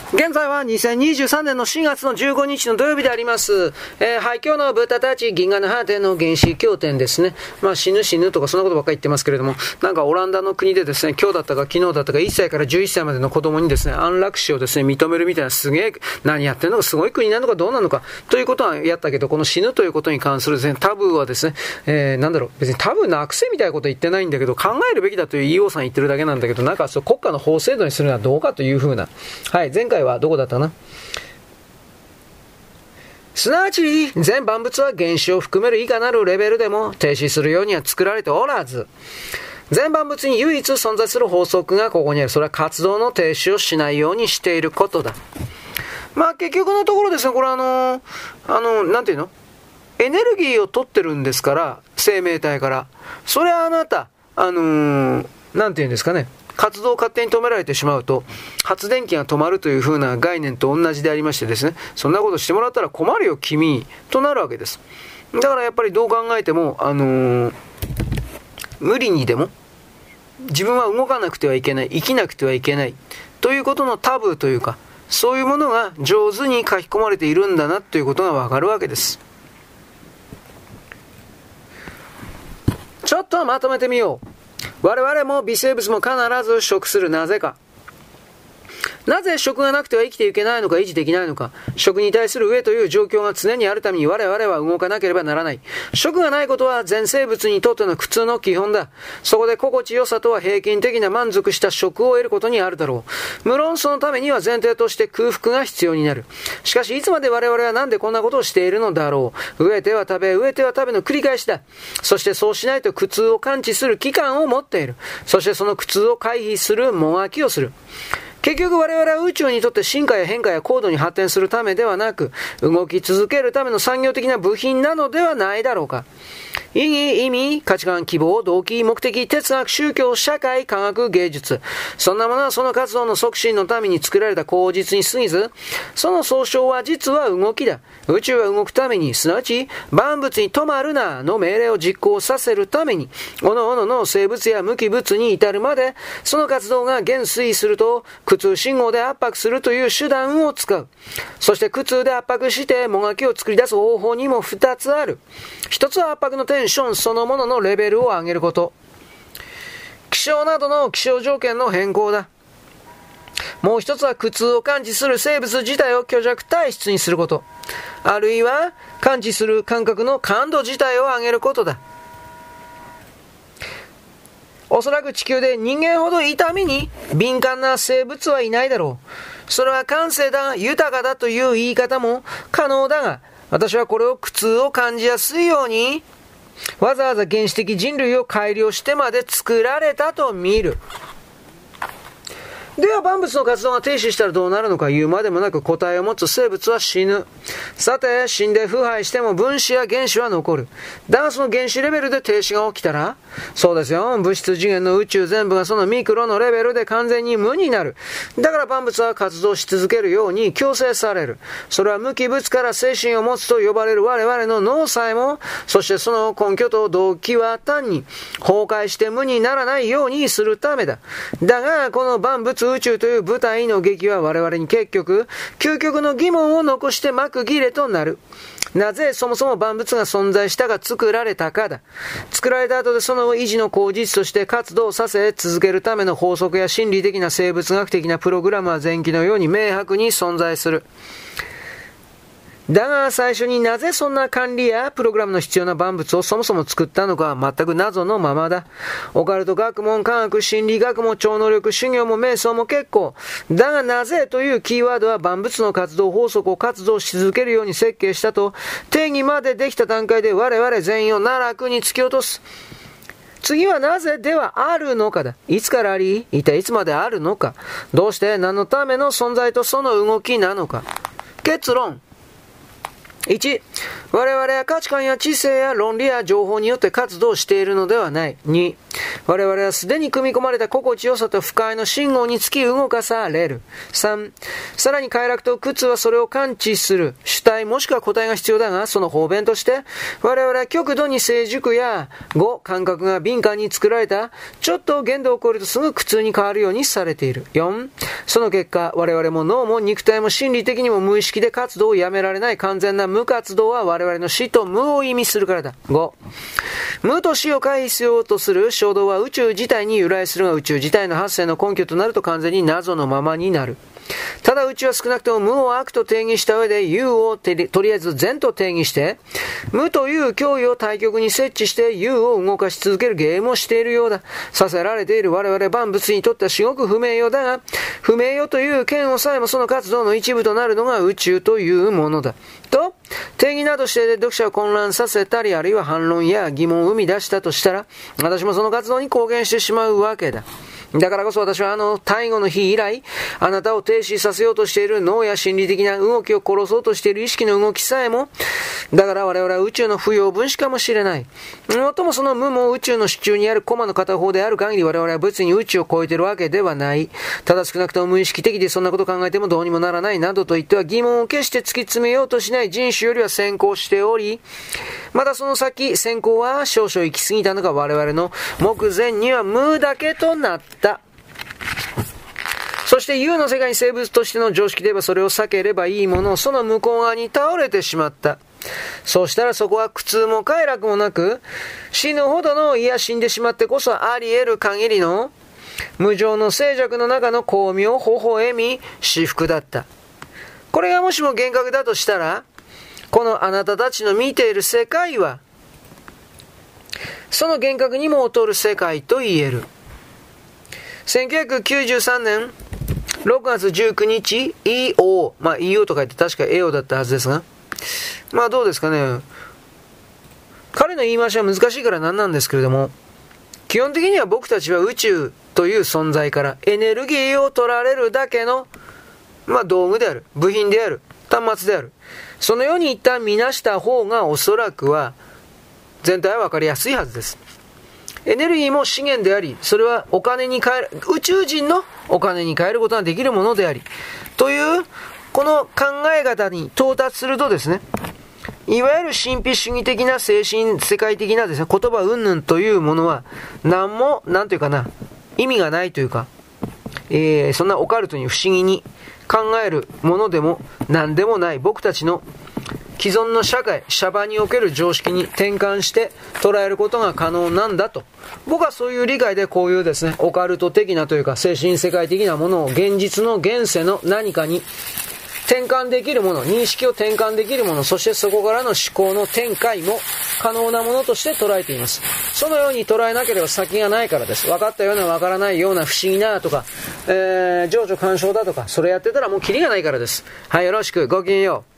現在は2023年の4月の15日の土曜日であります。廃墟の豚たち銀河の果ての原始経典ですね。死ぬとかそんなことばっかり言ってますけれども、なんかオランダの国でですね、今日だったか昨日だったか1歳から11歳までの子供にですね、安楽死をですね、認めるみたいなすげえ、何やってんのかすごい国なのかどうなのか、ということはやったけど、この死ぬということに関するですね、タブーはですね、別にタブーなくせみたいなこと言ってないんだけど、考えるべきだという EO さん言ってるだけなんだけど、なんかそう国家の法制度にするのはどうかというふうな。はい、前回はどこだったかな。すなわち全万物は原子を含めるいかなるレベルでも停止するようには作られておらず、全万物に唯一存在する法則がここにある。それは活動の停止をしないようにしていることだ。結局のところですね、これなんていうの、エネルギーを取ってるんですから、生命体から。それはあなた、なんていうんですかね、活動を勝手に止められてしまうと、発電機が止まるという風な概念と同じでありましてですね、そんなことしてもらったら困るよ君となるわけです。だからやっぱりどう考えても、無理にでも自分は動かなくてはいけない、生きなくてはいけないということのタブーというか、そういうものが上手に書き込まれているんだなということがわかるわけです。ちょっとまとめてみよう。我々も微生物も必ず食する。なぜか。なぜ食がなくては生きていけないのか、維持できないのか。食に対する飢えという状況が常にあるために我々は動かなければならない。食がないことは全生物にとっての苦痛の基本だ。そこで心地よさとは平均的な満足した食を得ることにあるだろう。無論そのためには前提として空腹が必要になる。しかしいつまで我々はなんでこんなことをしているのだろう。飢えては食べ、飢えては食べの繰り返しだ。そしてそうしないと苦痛を感知する器官を持っている。そしてその苦痛を回避するもがきをする。結局我々は宇宙にとって進化や変化や高度に発展するためではなく、動き続けるための産業的な部品なのではないだろうか。意義、意味、価値観、希望、動機、目的、哲学、宗教、社会、科学、芸術。そんなものはその活動の促進のために作られた口実に過ぎず、その総称は実は動きだ。宇宙は動くために、すなわち万物に止まるなの命令を実行させるために、各々の生物や無機物に至るまで、その活動が減衰すると、苦痛信号で圧迫するという手段を使う。そして苦痛で圧迫してもがきを作り出す方法にも2つある。一つは圧迫のテンションそのもののレベルを上げること。気象などの気象条件の変更だ。もう一つは苦痛を感知する生物自体を虚弱体質にすること。あるいは感知する感覚の感度自体を上げることだ。おそらく地球で人間ほど痛みに敏感な生物はいないだろう。それは感性だ、豊かだという言い方も可能だが、私はこれを苦痛を感じやすいように、わざわざ原始的人類を改良してまで作られたと見る。では万物の活動が停止したらどうなるのか言うまでもなく答えを持つ生物は死ぬ。さて死んで腐敗しても分子や原子は残る。だがその原子レベルで停止が起きたら、そうですよ、物質次元の宇宙全部がそのミクロのレベルで完全に無になる。だから万物は活動し続けるように強制される。それは無機物から精神を持つと呼ばれる我々の脳さえも、そしてその根拠と動機は単に崩壊して無にならないようにするためだ。だがこの万物宇宙という舞台の劇は我々に結局究極の疑問を残して幕切れとなる。なぜそもそも万物が存在したが作られたかだ。作られた後でその維持の口実として活動させ続けるための法則や心理的な生物学的なプログラムは前期のように明白に存在する。だが最初になぜそんな管理やプログラムの必要な万物をそもそも作ったのかは全く謎のままだ。オカルト学問、科学、心理学も超能力修行も瞑想も結構。だがなぜというキーワードは万物の活動法則を活動し続けるように設計したと定義までできた段階で我々全員を奈落に突き落とす。次はなぜではあるのかだ。いつからあり、一体いつまであるのか。どうして何のための存在とその動きなのか。結論。 1、我々は価値観や知性や論理や情報によって活動しているのではない。2、我々はすでに組み込まれた心地よさと不快の信号につき動かされる。3、さらに快楽と苦痛はそれを感知する主体もしくは個体が必要だが、その方便として我々は極度に成熟や5、感覚が敏感に作られたちょっと限度を超えるとすぐ苦痛に変わるようにされている。4、その結果我々も脳も肉体も心理的にも無意識で活動をやめられない完全な無活動は我々の死と無を意味するからだ。5、無と死を回避しようとする衝動は宇宙自体に由来するが、宇宙自体の発生の根拠となると完全に謎のままになる。ただ宇宙は少なくとも無を悪と定義した上で有をとりあえず善と定義して無という脅威を対極に設置して有を動かし続けるゲームをしているようだ。させられている我々万物にとっては至極不明瞭だが、不明瞭という嫌悪さえもその活動の一部となるのが宇宙というものだと定義などして読者を混乱させたり、あるいは反論や疑問を生み出したとしたら、私もその活動に貢献してしまうわけだ。だからこそ私は大後の日以来、あなたを停止させようとしている脳や心理的な動きを殺そうとしている意識の動きさえも、だから我々は宇宙の不要分子かもしれない。もっともその無も宇宙の支柱にあるコマの片方である限り、我々は別に宇宙を超えているわけではない。ただ少なくとも無意識的でそんなことを考えてもどうにもならないなどと言っては疑問を決して突き詰めようとしない人種よりは先行しており、またその先、先行は少々行き過ぎたのが我々の目前には無だけとなった。そして有の世界に生物としての常識で言えばそれを避ければいいものをその向こう側に倒れてしまった。そうしたらそこは苦痛も快楽もなく、死ぬほどの死んでしまってこそあり得る限りの無常の静寂の中の巧妙微笑み至福だった。これがもしも幻覚だとしたら、このあなたたちの見ている世界はその幻覚にも劣る世界と言える。1993年6月19日 EO、EO と書いて確か EO だったはずですが、どうですかね。彼の言い回しは難しいから何なんですけれども、基本的には僕たちは宇宙という存在からエネルギーを取られるだけの道具である、部品である、端末である。そのように一旦見なした方がおそらくは全体は分かりやすいはずです。エネルギーも資源であり、それはお金に変える、宇宙人のお金に変えることができるものであり、というこの考え方に到達するとですね、いわゆる神秘主義的な精神世界的なですね、言葉云々というものはなんというかな、意味がないというか、そんなオカルトに不思議に考えるものでも何でもない僕たちの既存の社会、シャバにおける常識に転換して捉えることが可能なんだと。僕はそういう理解でこういうですね、オカルト的なというか精神世界的なものを現実の現世の何かに転換できるもの、認識を転換できるもの、そしてそこからの思考の展開も可能なものとして捉えています。そのように捉えなければ先がないからです。分かったような分からないような不思議なとか、情緒干渉だとか、それやってたらもうキリがないからです。はい、よろしく。ごきげんよう。